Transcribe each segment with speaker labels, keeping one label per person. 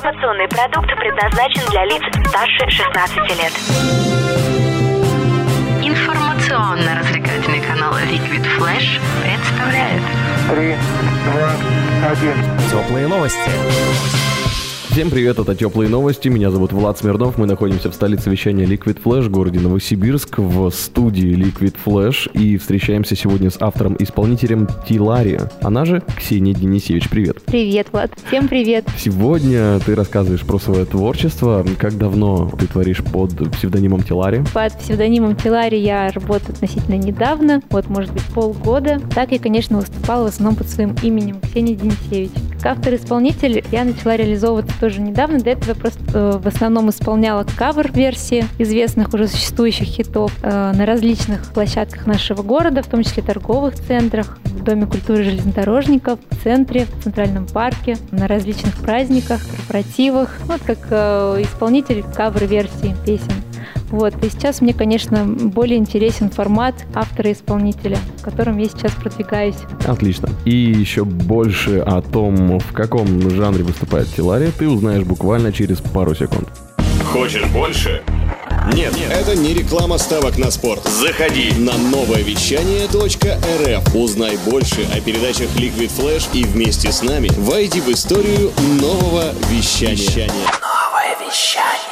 Speaker 1: Информационный продукт предназначен для лиц старше 16 лет. Информационно-развлекательный канал Liquid Flash представляет
Speaker 2: 3, 2, 1.
Speaker 3: Теплые новости.
Speaker 4: Всем привет, это Теплые новости, меня зовут Влад Смирнов, мы находимся в столице вещания Liquid Flash, в городе Новосибирск, в студии Liquid Flash, и встречаемся сегодня с автором-исполнителем Тилари, она же Ксения Денисевич. Привет.
Speaker 5: Привет, Влад. Всем привет.
Speaker 4: Сегодня ты рассказываешь про свое творчество. Как давно ты творишь под псевдонимом Тилари?
Speaker 5: Под псевдонимом Тилари я работаю относительно недавно, может быть, полгода. Так я, конечно, выступала в основном под своим именем Ксения Денисевич. Как автор-исполнитель я начала реализовываться тоже недавно. До этого я просто в основном исполняла кавер-версии известных уже существующих хитов на различных площадках нашего города, в том числе торговых центрах, в Доме культуры железнодорожников, в центре, в Центральном парке, на различных праздниках, корпоративах. Как исполнитель кавер-версий песен. И сейчас мне, конечно, более интересен формат автора-исполнителя, в котором я сейчас продвигаюсь.
Speaker 4: Отлично. И еще больше о том, в каком жанре выступает Тилари, ты узнаешь буквально через пару секунд.
Speaker 6: Хочешь больше? Нет,
Speaker 7: это не реклама ставок на спорт.
Speaker 6: Заходи
Speaker 7: на нововещание.рф. Узнай больше о передачах Liquid Flash и вместе с нами войди в историю нового вещания.
Speaker 1: Новое вещание.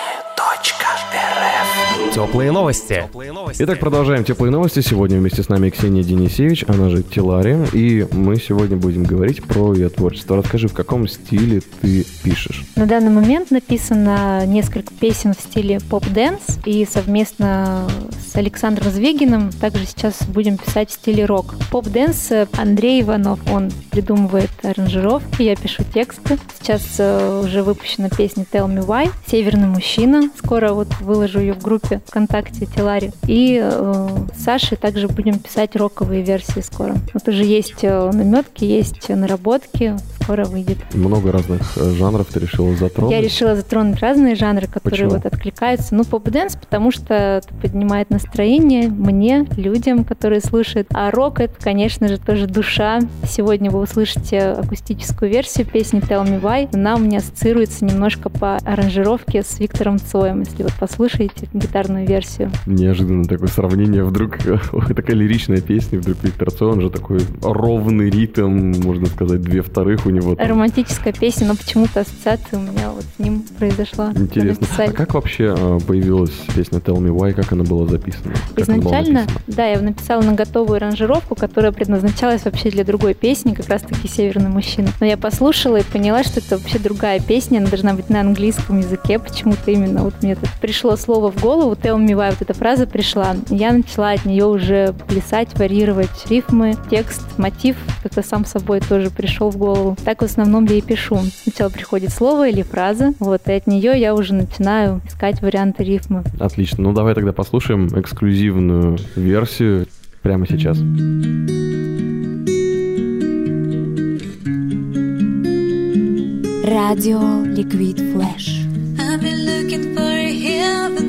Speaker 3: Теплые новости.
Speaker 4: Итак, продолжаем теплые новости. Сегодня вместе с нами Ксения Денисевич, она же Тилари, и мы сегодня будем говорить про ее творчество. Расскажи, в каком стиле ты пишешь?
Speaker 5: На данный момент написано несколько песен в стиле поп-дэнс, и совместно с Александром Звегиным также сейчас будем писать в стиле рок. Поп-дэнс Андрей Иванов, он придумывает аранжировки, я пишу тексты. Сейчас уже выпущена песня Tell Me Why, «Северный мужчина». Скоро выложу ее в группе ВКонтакте Тилари. И с Сашей также будем писать роковые версии скоро. Уже есть наметки, есть наработки. Скоро выйдет.
Speaker 4: Много разных жанров ты решила затронуть?
Speaker 5: Я решила затронуть разные жанры, которые откликаются. Поп-дэнс, потому что это поднимает настроение мне, людям, которые слушают. А рок — это, конечно же, тоже душа. Сегодня вы услышите акустическую версию песни Tell Me Why. Она у меня ассоциируется немножко по аранжировке с Виктором Цоем, если послушаете гитарную версию.
Speaker 4: Неожиданно такое сравнение. Вдруг такая лиричная песня, вдруг Виктор Цой, он же такой ровный ритм, можно сказать, 2/2 у него.
Speaker 5: Романтическая песня, но почему-то ассоциация у меня с ним произошла.
Speaker 4: Интересно. А как вообще появилась песня Tell Me Why, как она была записана?
Speaker 5: Изначально, да, я написала на готовую аранжировку, которая предназначалась вообще для другой песни, как раз-таки «Северный мужчина». Но я послушала и поняла, что это вообще другая песня, она должна быть на английском языке, почему-то именно мне тут пришло слово в голову, Tell Me Why, эта фраза пришла. Я начала от нее уже плясать, варьировать рифмы, текст, мотив, как-то сам собой тоже пришел в голову. Так в основном я и пишу. Сначала приходит слово или фраза, и от нее я уже начинаю искать варианты рифмы.
Speaker 4: Отлично. Давай тогда послушаем эксклюзивную версию прямо сейчас.
Speaker 8: Радио Liquid Flash.
Speaker 9: I've been looking for a heaven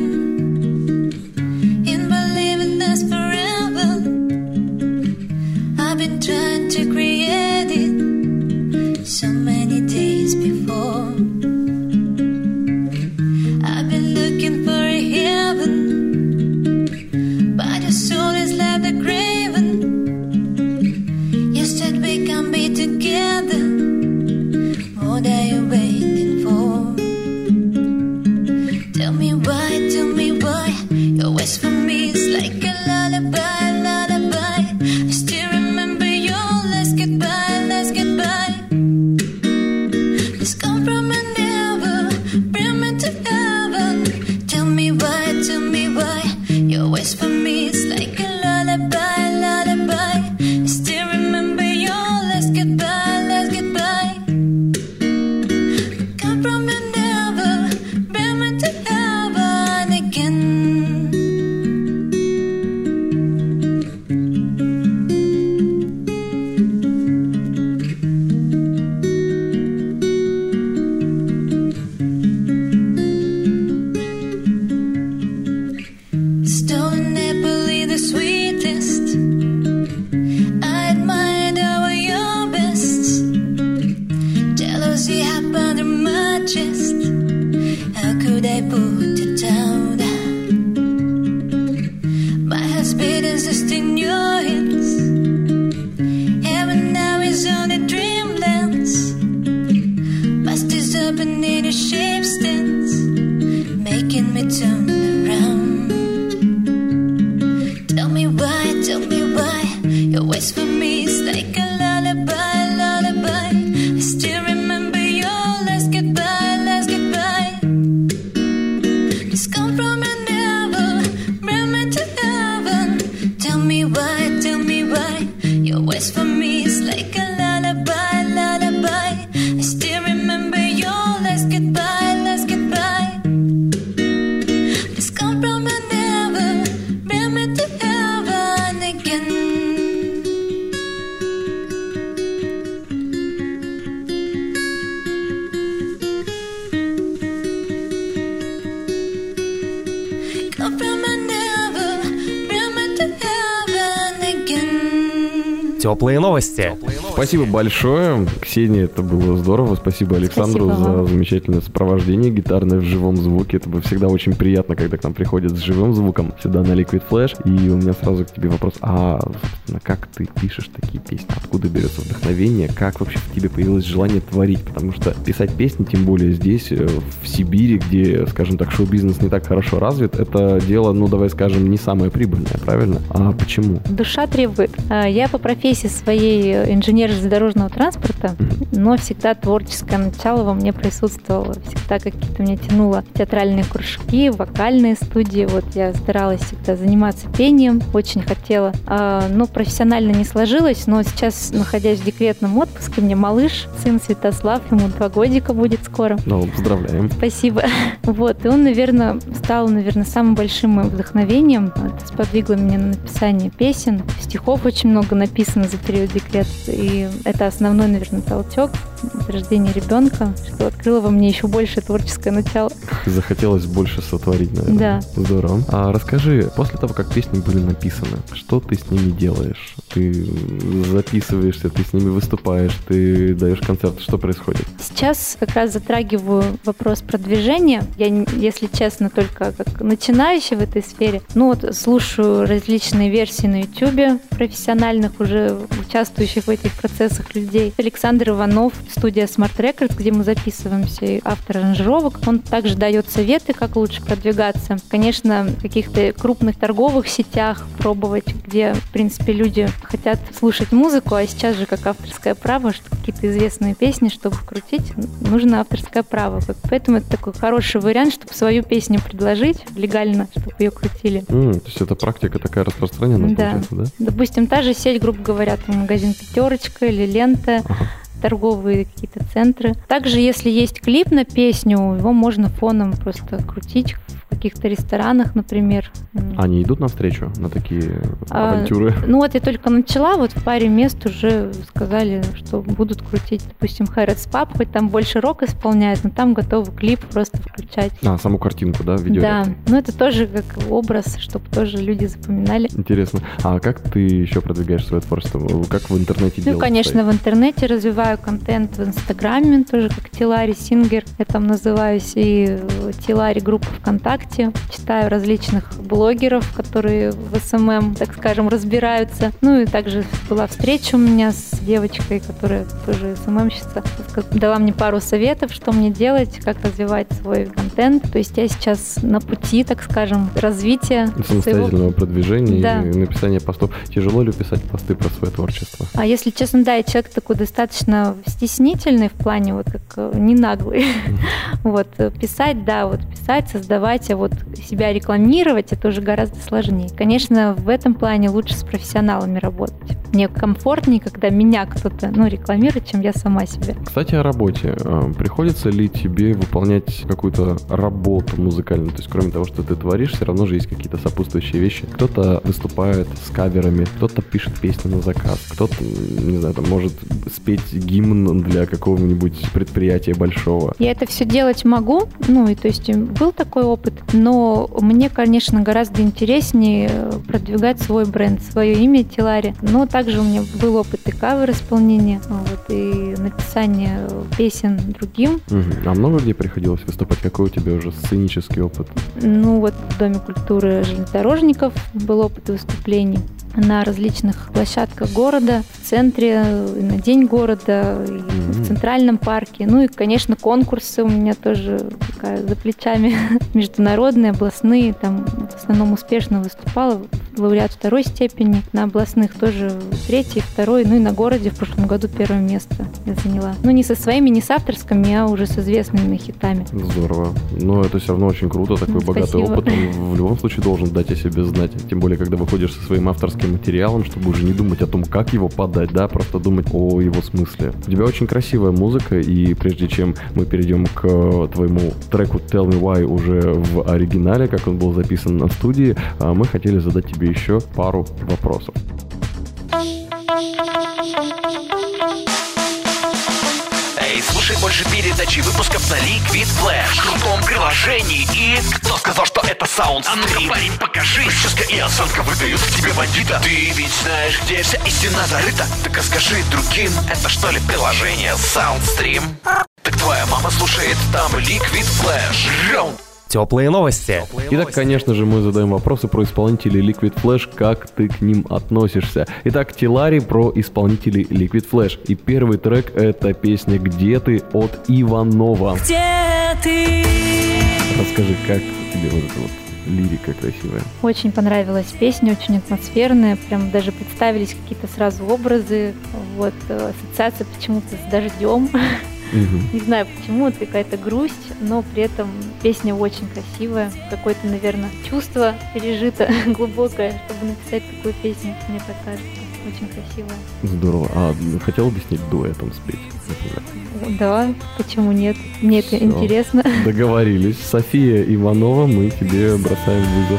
Speaker 9: and believing that's forever. I've been trying to create it so many days before. I've been looking for a heaven, but your soul has left the craven. You said we can be together. What are you waiting for? Tell me why. disturbing in your shape stance, making me turn around. Tell me why your ways for me is like a lullaby, lullaby. I still remember your last goodbye, last goodbye. Just come from never, bring me to heaven. Tell me why your ways for me is like a lullaby, lullaby. I still remember your last goodbye, last goodbye. Just come from never, bring me to heaven again. Come from never, bring me to heaven again.
Speaker 3: Теплые новости.
Speaker 4: Спасибо большое, Ксения, это было здорово. Спасибо Александру за замечательное сопровождение гитарное в живом звуке. Это всегда очень приятно, когда к нам приходят с живым звуком сюда на Liquid Flash. И у меня сразу к тебе вопрос: собственно, как ты пишешь такие песни? Откуда берется вдохновение? Как вообще в тебе появилось желание творить? Потому что писать песни, тем более здесь, в Сибири, где, скажем так, шоу-бизнес не так хорошо развит, это дело, давай скажем, не самое прибыльное, правильно? А почему?
Speaker 5: Душа требует. Я по профессии своей инженер железнодорожного транспорта, но всегда творческое начало во мне присутствовало. Всегда какие-то меня тянуло театральные кружки, вокальные студии. Вот я старалась всегда заниматься пением, очень хотела. Но профессионально не сложилось, но сейчас, находясь в декретном отпуске, мне малыш, сын Святослав, ему 2 годика будет скоро.
Speaker 4: Поздравляем.
Speaker 5: Спасибо. Вот, и он, наверное, стал самым большим моим вдохновением. Это сподвигло меня на написание песен. Стихов очень много написано за период декрета. И это основной, наверное, толчок от рождения ребенка, что открыло во мне еще больше творческое начало.
Speaker 4: Захотелось больше сотворить, наверное.
Speaker 5: Да.
Speaker 4: Здорово. А расскажи, после того, как песни были написаны, что ты с ними делаешь? Ты записываешься, ты с ними выступаешь, ты даешь концерты, что происходит?
Speaker 5: Сейчас как раз затрагиваю вопрос продвижения. Я, если честно, только как начинающий в этой сфере. Слушаю различные версии на YouTube профессиональных, уже участвующих в этих процессах людей. Александр Иванов, студия Smart Records, где мы записываемся, и автор аранжировок. Он также дает советы, как лучше продвигаться. Конечно, в каких-то крупных торговых сетях пробовать, где, в принципе, люди хотят слушать музыку, а сейчас же как авторское право, что какие-то известные песни, чтобы вкрутить, нужно авторское право. Поэтому это такой хороший вариант, чтобы свою песню предложить легально, чтобы ее крутили.
Speaker 4: То есть эта практика такая распространенная, получается, да?
Speaker 5: Допустим, та же сеть, грубо говоря, магазин «Пятерочка» или «Лента», торговые какие-то центры. Также, если есть клип на песню, его можно фоном просто крутить в каких-то ресторанах, например.
Speaker 4: Они идут навстречу на такие авантюры?
Speaker 5: Я только начала, в паре мест уже сказали, что будут крутить, допустим, Harrods Pub, хоть там больше рок исполняет, но там готовы клип просто включать.
Speaker 4: Саму картинку, да, видео?
Speaker 5: Да, это тоже как образ, чтобы тоже люди запоминали.
Speaker 4: Интересно. А как ты еще продвигаешь свое творчество? Как в интернете делаешь?
Speaker 5: Конечно, в интернете развиваю контент в Инстаграме, тоже как Тилари Сингер, я там называюсь, и Тилари группа ВКонтакте. Читаю различных блогеров, которые в СММ, так скажем, разбираются. И также была встреча у меня с девочкой, которая тоже СММщица, дала мне пару советов, что мне делать, как развивать свой контент. То есть я сейчас на пути, так скажем, развития
Speaker 4: самостоятельного продвижения и написания постов. Тяжело ли писать посты про свое творчество?
Speaker 5: А если честно, я человек такой достаточно стеснительный в плане, как не наглый. Писать, писать, создавать, а себя рекламировать, это уже гораздо сложнее. Конечно, в этом плане лучше с профессионалами работать. Мне комфортнее, когда меня кто-то рекламирует, чем я сама себя.
Speaker 4: Кстати, о работе. Приходится ли тебе выполнять какую-то работу музыкальную? То есть, кроме того, что ты творишь, все равно же есть какие-то сопутствующие вещи. Кто-то выступает с каверами, кто-то пишет песни на заказ, кто-то, не знаю, может спеть гимн для какого-нибудь предприятия большого.
Speaker 5: Я это все делать могу, то есть был такой опыт, но мне, конечно, гораздо интереснее продвигать свой бренд, свое имя Тилари. Но также у меня был опыт и кавер-исполнения, и написание песен другим.
Speaker 4: А много где приходилось выступать? Какой у тебя уже сценический опыт?
Speaker 5: В Доме культуры железнодорожников был опыт выступлений на различных площадках города, в центре, на День города, и в в Центральном парке. Ну и, конечно, конкурсы у меня тоже такая за плечами. Международные, областные, там в основном успешно выступала. Лауреат 2 степени. На областных тоже 3, 2, ну и на городе в прошлом году 1 место я заняла. Ну не со своими, не с авторскими, а уже с известными хитами.
Speaker 4: Здорово. Но это все равно очень круто, такой богатый опыт. Он в любом случае должен дать о себе знать. Тем более, когда выходишь со своим авторским материалом, чтобы уже не думать о том, как его подать, да, просто думать о его смысле. У тебя очень красивая музыка, и прежде чем мы перейдем к твоему треку Tell Me Why уже в оригинале, как он был записан на студии, мы хотели задать тебе еще пару вопросов.
Speaker 10: Эй, слушай больше передачи выпусков на Liquid Flash в крутом приложении. И кто сказал, что это саундстрим? А ну-ка, парень, покажи. Прическа и осанка выдают в тебе бандита. Ты ведь знаешь, где вся истина зарыта. Так расскажи другим, это что ли приложение Soundstream? Так твоя мама слушает там Liquid Flash.
Speaker 3: Теплые новости.
Speaker 4: Итак, конечно же, мы задаем вопросы про исполнителей Liquid Flash, как ты к ним относишься. Итак, Тилари про исполнителей Liquid Flash. И первый трек — это песня «Где ты» от Иванова.
Speaker 9: Где ты?
Speaker 4: Расскажи, как тебе вот эта вот лирика красивая?
Speaker 5: Очень понравилась песня, очень атмосферная, прям даже представились какие-то сразу образы, вот, ассоциация почему-то с дождем. Не знаю почему, это какая-то грусть, но при этом песня очень красивая, какое-то, наверное, чувство пережито глубокое, чтобы написать такую песню, мне так кажется, очень красивая.
Speaker 4: Здорово. А хотела бы с ней дуэтом спеть, например?
Speaker 5: Да, почему нет? Мне это интересно.
Speaker 4: Договорились. София Иванова, мы тебе бросаем вызов.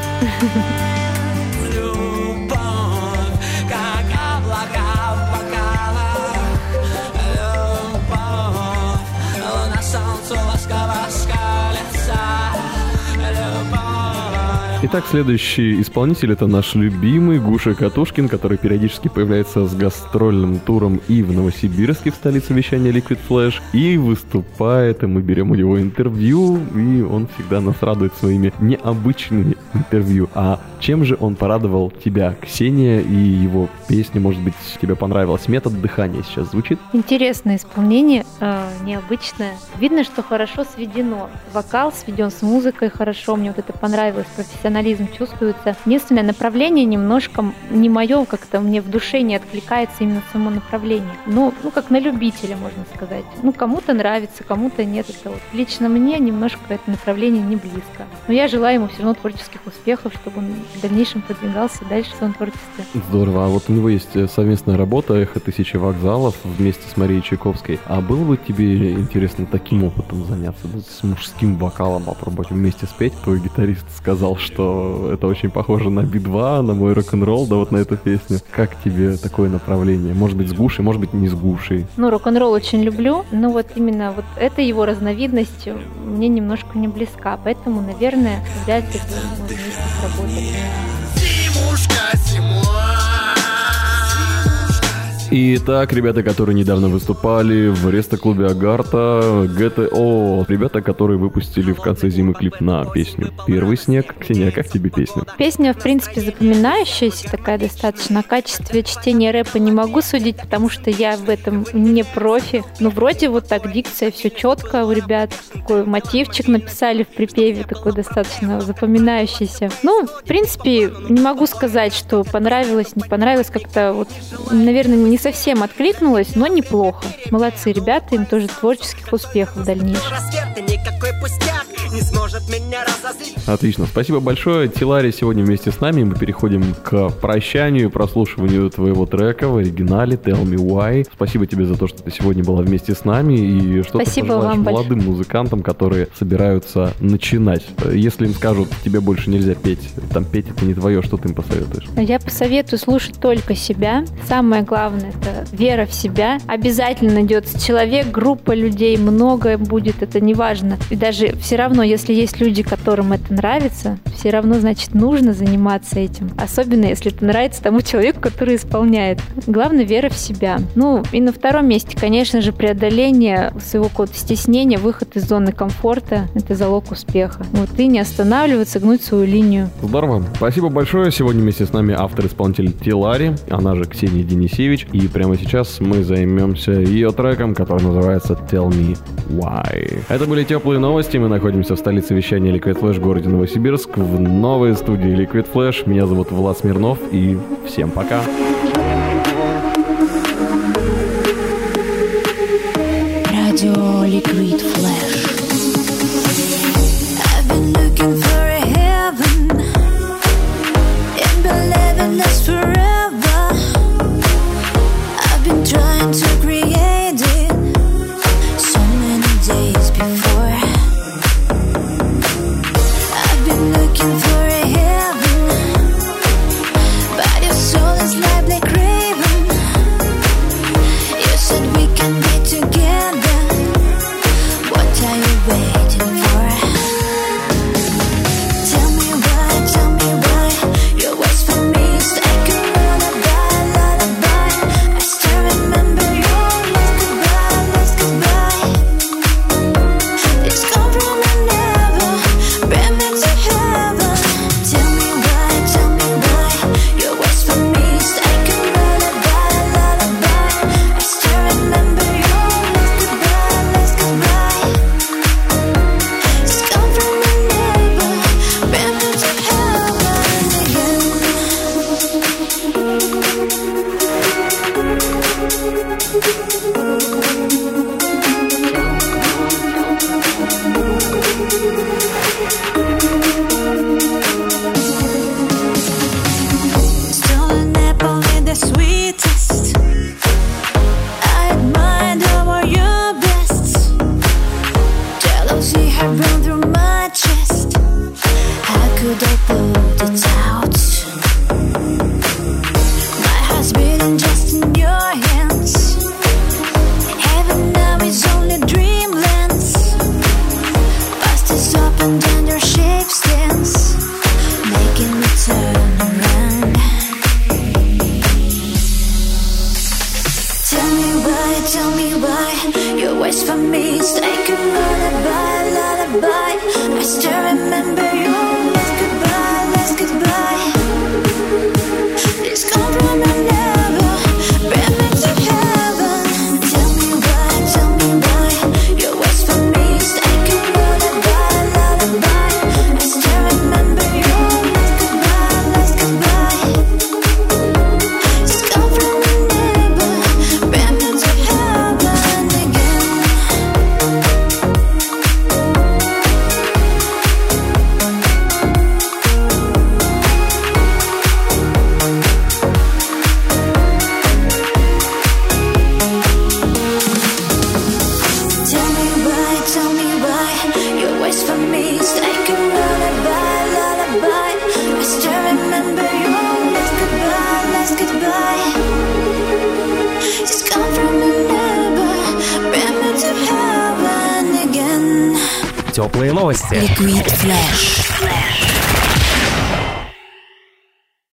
Speaker 4: Итак, следующий исполнитель — это наш любимый Гуша Катушкин, который периодически появляется с гастрольным туром и в Новосибирске, в столице вещания Liquid Flash, и выступает, и мы берем у него интервью, и он всегда нас радует своими необычными интервью. А чем же он порадовал тебя, Ксения, и его песня, может быть, тебе понравилась? «Метод дыхания» сейчас звучит?
Speaker 5: Интересное исполнение, необычное. Видно, что хорошо сведено. Вокал сведен с музыкой хорошо, мне вот это понравилось, профессионализм чувствуется. Единственное, направление немножко не мое, как-то мне в душе не откликается именно само направление. Ну, как на любителя, можно сказать. Ну, кому-то нравится, кому-то нет. Это вот. Лично мне немножко это направление не близко. Но я желаю ему все равно творческих успехов, чтобы он в дальнейшем продвигался дальше в своем творчестве.
Speaker 4: Здорово. А вот у него есть совместная работа «Эхо тысячи вокзалов» вместе с Марией Чайковской. А было бы тебе интересно таким опытом заняться? С мужским вокалом попробовать вместе спеть? Твой гитарист сказал, что это очень похоже на Би-2, на мой рок-н-ролл, да, вот на эту песню. Как тебе такое направление? Может быть, с Гушей, может быть, не с Гушей?
Speaker 5: Ну, рок-н-ролл очень люблю, но вот именно вот эта его разновидность мне немножко не близка, поэтому, наверное, вряд ли мы вместе сработали.
Speaker 4: Итак, ребята, которые недавно выступали в ресто-клубе Агарта, ГТО, ребята, которые выпустили в конце зимы клип на песню «Первый снег». Ксения, как тебе песня?
Speaker 5: Песня, в принципе, запоминающаяся, такая достаточно. О качестве чтения рэпа не могу судить, потому что я в этом не профи. Но вроде вот так дикция, все четко у ребят. Такой мотивчик написали в припеве, такой достаточно запоминающийся. Ну, в принципе, не могу сказать, что понравилось, не понравилось. Как-то вот, наверное, не совсем откликнулось, но неплохо. Молодцы ребята, им тоже творческих успехов в дальнейшем.
Speaker 4: Отлично, спасибо большое. Тилари сегодня вместе с нами. Мы переходим к прощанию, прослушиванию твоего трека в оригинале Tell Me Why. Спасибо тебе за то, что ты сегодня была вместе с нами. И что ты пожелаешь молодым музыкантам, которые собираются начинать? Если им скажут, тебе больше нельзя петь, там петь это не твое, что ты им посоветуешь?
Speaker 5: Я посоветую слушать только себя. Самое главное — это вера в себя. Обязательно найдется человек, группа людей, много будет, это не важно. И даже все равно, если есть люди, которым это нравится, все равно, значит, нужно заниматься этим. Особенно, если это нравится тому человеку, который исполняет. Главное — вера в себя. Ну, и на втором месте, конечно же, преодоление своего какого-то стеснения, выход из зоны комфорта — это залог успеха. Вот, и не останавливаться, гнуть свою линию.
Speaker 4: Здорово. Спасибо большое. Сегодня вместе с нами автор-исполнитель Тилари, она же Ксения Денисевич. И прямо сейчас мы займемся ее треком, который называется Tell Me Why. Это были теплые новости. Мы находимся в столице вещания Liquid Flash в городе Новосибирск, в новой студии Liquid Flash. Меня зовут Влад Смирнов, и всем пока.
Speaker 8: Радио Liquid Flash.
Speaker 9: I've been looking for a heaven and believing this forever. I've been trying to create it so many days before. I've been looking for a heaven, but your soul is lively craving. You said we can be together. What are you waiting for? Tell me why you always for me. It's like a lullaby. I still remember your last goodbye. It's come from the never, bring me to heaven. Tell me why you always for me. It's like a lullaby. I still remember your last goodbye. It's come from the never, bring me to heaven again. Stolen apple is the sweetest. I admired how are your best. Jealousy had run through my chest. How could I put it out? My heart's beating just in your hands. Heaven now is only dreamlands. Past is up and down your shape stands, making me turn around. Tell me why you always for me. It's like a lullaby. I still remember your last goodbye. It's come from the never, bring me to heaven. Tell me why you always for me. It's like a lullaby. I still remember your last goodbye. It's come from the never, bring me to heaven again. Tell me why you always for me. It's like a lullaby. I still remember your last goodbye. Just come from the never, bring me to heaven again.
Speaker 3: Теплые новости.
Speaker 8: Liquid Flash.